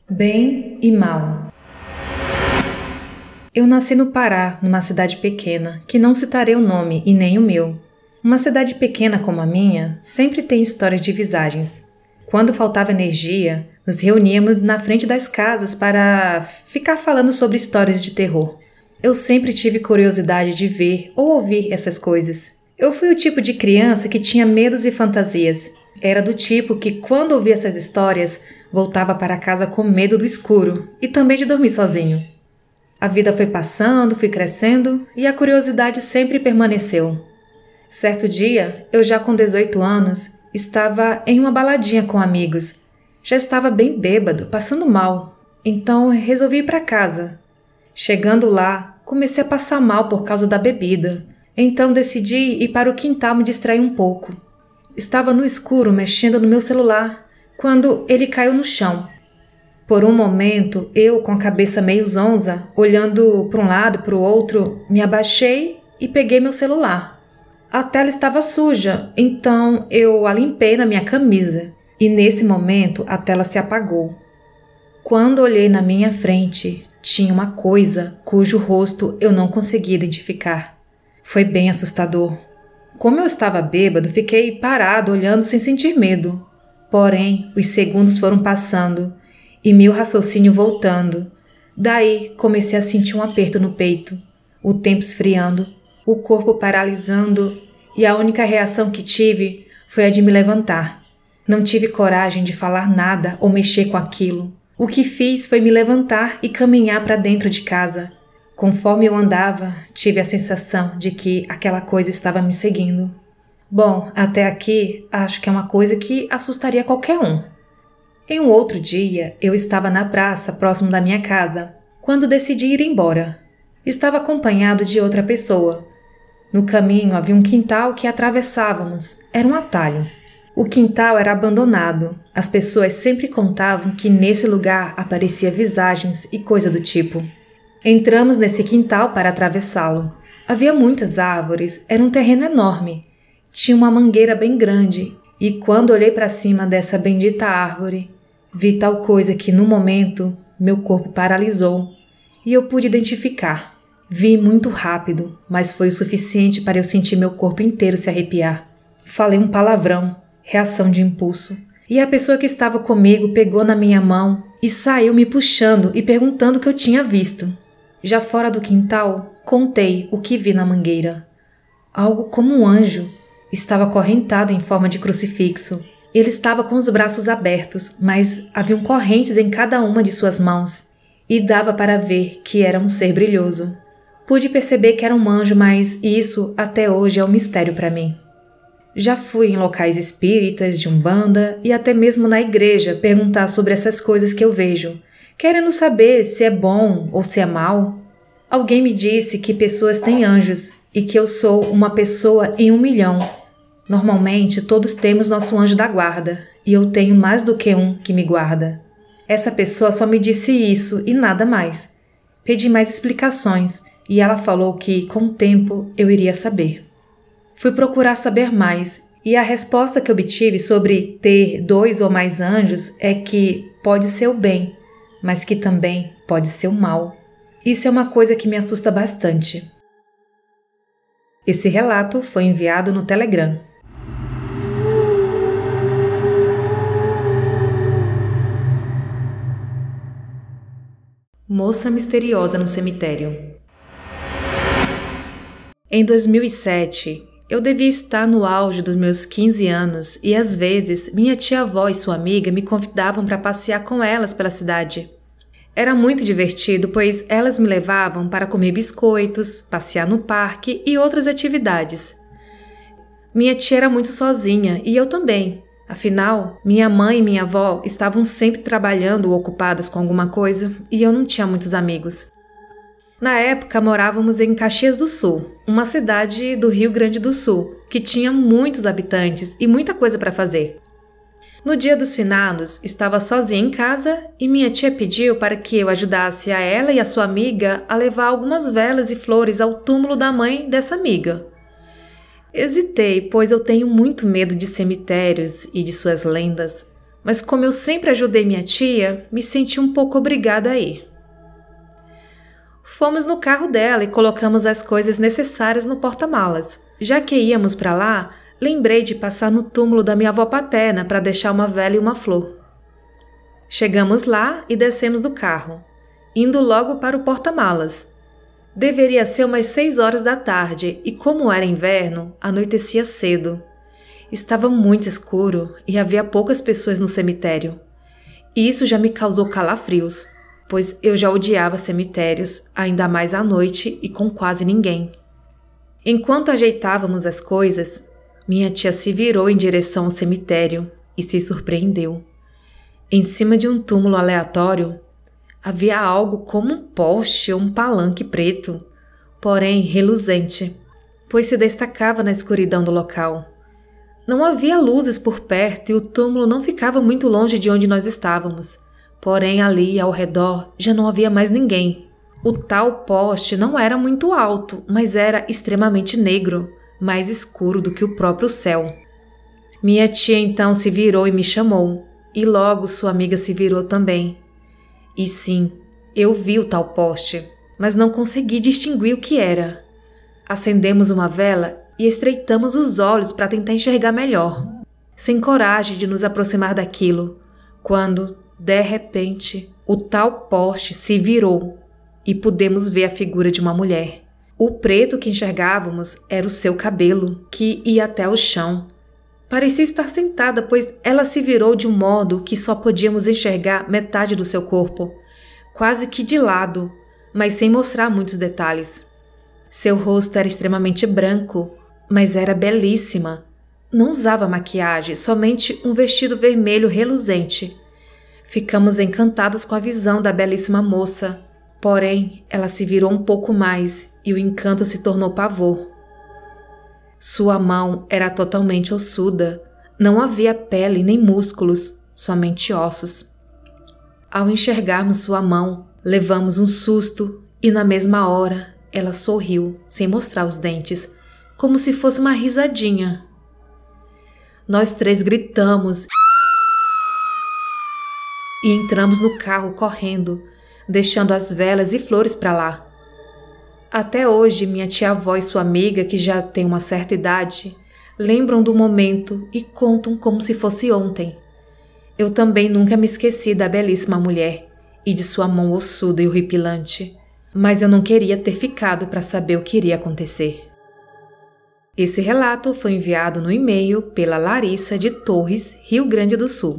Bem e mal. Eu nasci no Pará, numa cidade pequena, que não citarei o nome e nem o meu. Uma cidade pequena como a minha sempre tem histórias de visagens. Quando faltava energia, nos reuníamos na frente das casas para ficar falando sobre histórias de terror. Eu sempre tive curiosidade de ver ou ouvir essas coisas. Eu fui o tipo de criança que tinha medos e fantasias. Era do tipo que, quando ouvia essas histórias, voltava para casa com medo do escuro e também de dormir sozinho. A vida foi passando, fui crescendo e a curiosidade sempre permaneceu. Certo dia, eu já com 18 anos, estava em uma baladinha com amigos. Já estava bem bêbado, passando mal, então resolvi ir para casa. Chegando lá, comecei a passar mal por causa da bebida, então decidi ir para o quintal me distrair um pouco. Estava no escuro mexendo no meu celular, quando ele caiu no chão. Por um momento, eu, com a cabeça meio zonza, olhando para um lado e para o outro, me abaixei e peguei meu celular. A tela estava suja, então eu a limpei na minha camisa e nesse momento a tela se apagou. Quando olhei na minha frente, tinha uma coisa cujo rosto eu não conseguia identificar. Foi bem assustador. Como eu estava bêbado, fiquei parado olhando sem sentir medo. Porém, os segundos foram passando e meu raciocínio voltando. Daí comecei a sentir um aperto no peito, o tempo esfriando, o corpo paralisando e a única reação que tive foi a de me levantar. Não tive coragem de falar nada ou mexer com aquilo. O que fiz foi me levantar e caminhar para dentro de casa. Conforme eu andava, tive a sensação de que aquela coisa estava me seguindo. Bom, até aqui acho que é uma coisa que assustaria qualquer um. Em um outro dia, eu estava na praça próximo da minha casa, quando decidi ir embora. Estava acompanhado de outra pessoa. No caminho havia um quintal que atravessávamos. Era um atalho. O quintal era abandonado. As pessoas sempre contavam que nesse lugar aparecia visagens e coisa do tipo. Entramos nesse quintal para atravessá-lo. Havia muitas árvores, era um terreno enorme. Tinha uma mangueira bem grande e quando olhei para cima dessa bendita árvore, vi tal coisa que, no momento, meu corpo paralisou e eu pude identificar. Vi muito rápido, mas foi o suficiente para eu sentir meu corpo inteiro se arrepiar. Falei um palavrão, reação de impulso, e a pessoa que estava comigo pegou na minha mão e saiu me puxando e perguntando o que eu tinha visto. Já fora do quintal, contei o que vi na mangueira. Algo como um anjo. Estava acorrentado em forma de crucifixo. Ele estava com os braços abertos, mas haviam correntes em cada uma de suas mãos, e dava para ver que era um ser brilhoso. Pude perceber que era um anjo, mas isso até hoje é um mistério para mim. Já fui em locais espíritas, de umbanda e até mesmo na igreja perguntar sobre essas coisas que eu vejo, querendo saber se é bom ou se é mal. Alguém me disse que pessoas têm anjos e que eu sou uma pessoa em 1 milhão. Normalmente, todos temos nosso anjo da guarda, e eu tenho mais do que um que me guarda. Essa pessoa só me disse isso e nada mais. Pedi mais explicações, e ela falou que, com o tempo, eu iria saber. Fui procurar saber mais, e a resposta que obtive sobre ter 2 ou mais anjos é que pode ser o bem, mas que também pode ser o mal. Isso é uma coisa que me assusta bastante. Esse relato foi enviado no Telegram. Moça misteriosa no cemitério. Em 2007, eu devia estar no auge dos meus 15 anos e às vezes minha tia-avó e sua amiga me convidavam para passear com elas pela cidade. Era muito divertido, pois elas me levavam para comer biscoitos, passear no parque e outras atividades. Minha tia era muito sozinha e eu também. Afinal, minha mãe e minha avó estavam sempre trabalhando ou ocupadas com alguma coisa e eu não tinha muitos amigos. Na época, morávamos em Caxias do Sul, uma cidade do Rio Grande do Sul, que tinha muitos habitantes e muita coisa para fazer. No dia dos finados, estava sozinha em casa e minha tia pediu para que eu ajudasse a ela e a sua amiga a levar algumas velas e flores ao túmulo da mãe dessa amiga. Hesitei, pois eu tenho muito medo de cemitérios e de suas lendas, mas como eu sempre ajudei minha tia, me senti um pouco obrigada a ir. Fomos no carro dela e colocamos as coisas necessárias no porta-malas. Já que íamos para lá, lembrei de passar no túmulo da minha avó paterna para deixar uma vela e uma flor. Chegamos lá e descemos do carro, indo logo para o porta-malas. Deveria ser umas 6 horas da tarde e, como era inverno, anoitecia cedo. Estava muito escuro e havia poucas pessoas no cemitério. E isso já me causou calafrios, pois eu já odiava cemitérios, ainda mais à noite e com quase ninguém. Enquanto ajeitávamos as coisas, minha tia se virou em direção ao cemitério e se surpreendeu. Em cima de um túmulo aleatório, havia algo como um poste ou um palanque preto, porém reluzente, pois se destacava na escuridão do local. Não havia luzes por perto e o túmulo não ficava muito longe de onde nós estávamos. Porém, ali ao redor já não havia mais ninguém. O tal poste não era muito alto, mas era extremamente negro, mais escuro do que o próprio céu. Minha tia então se virou e me chamou, e logo sua amiga se virou também. E sim, eu vi o tal poste, mas não consegui distinguir o que era. Acendemos uma vela e estreitamos os olhos para tentar enxergar melhor, sem coragem de nos aproximar daquilo, quando, de repente, o tal poste se virou e pudemos ver a figura de uma mulher. O preto que enxergávamos era o seu cabelo, que ia até o chão. Parecia estar sentada, pois ela se virou de um modo que só podíamos enxergar metade do seu corpo, quase que de lado, mas sem mostrar muitos detalhes. Seu rosto era extremamente branco, mas era belíssima. Não usava maquiagem, somente um vestido vermelho reluzente. Ficamos encantadas com a visão da belíssima moça, porém ela se virou um pouco mais e o encanto se tornou pavor. Sua mão era totalmente ossuda, não havia pele nem músculos, somente ossos. Ao enxergarmos sua mão, levamos um susto e na mesma hora ela sorriu, sem mostrar os dentes, como se fosse uma risadinha. Nós 3 gritamos e entramos no carro correndo, deixando as velas e flores para lá. Até hoje, minha tia-avó e sua amiga, que já tem uma certa idade, lembram do momento e contam como se fosse ontem. Eu também nunca me esqueci da belíssima mulher e de sua mão ossuda e horripilante, mas eu não queria ter ficado para saber o que iria acontecer. Esse relato foi enviado no e-mail pela Larissa de Torres, Rio Grande do Sul.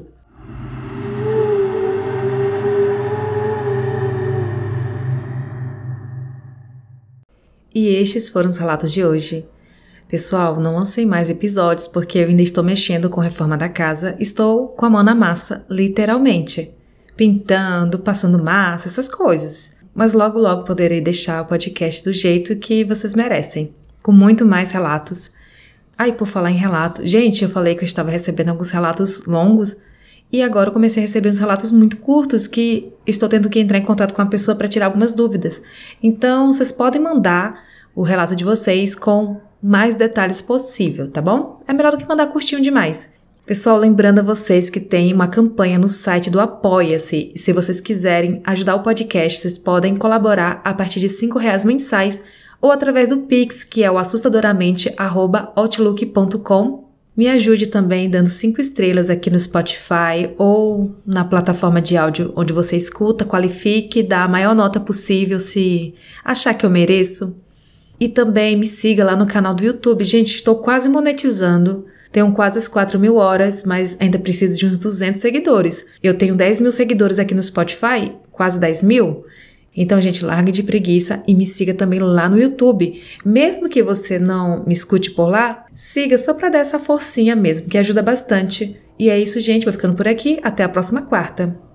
E estes foram os relatos de hoje. Pessoal, não lancei mais episódios porque eu ainda estou mexendo com a reforma da casa. Estou com a mão na massa, literalmente. Pintando, passando massa, essas coisas. Mas logo logo poderei deixar o podcast do jeito que vocês merecem, com muito mais relatos. E por falar em relato, gente, eu falei que eu estava recebendo alguns relatos longos e agora eu comecei a receber uns relatos muito curtos que estou tendo que entrar em contato com a pessoa para tirar algumas dúvidas. Então, vocês podem mandar o relato de vocês com mais detalhes possível, tá bom? É melhor do que mandar curtinho demais. Pessoal, lembrando a vocês que tem uma campanha no site do Apoia-se. E se vocês quiserem ajudar o podcast, vocês podem colaborar a partir de R$5 mensais ou através do Pix, que é o assustadoramente@outlook.com. Me ajude também dando 5 estrelas aqui no Spotify ou na plataforma de áudio onde você escuta, qualifique, dá a maior nota possível se achar que eu mereço. E também me siga lá no canal do YouTube. Gente, estou quase monetizando. Tenho quase as 4.000 horas, mas ainda preciso de uns 200 seguidores. Eu tenho 10.000 seguidores aqui no Spotify, quase 10.000. Então, gente, largue de preguiça e me siga também lá no YouTube. Mesmo que você não me escute por lá, siga só para dar essa forcinha mesmo, que ajuda bastante. E é isso, gente. Vou ficando por aqui. Até a próxima quarta.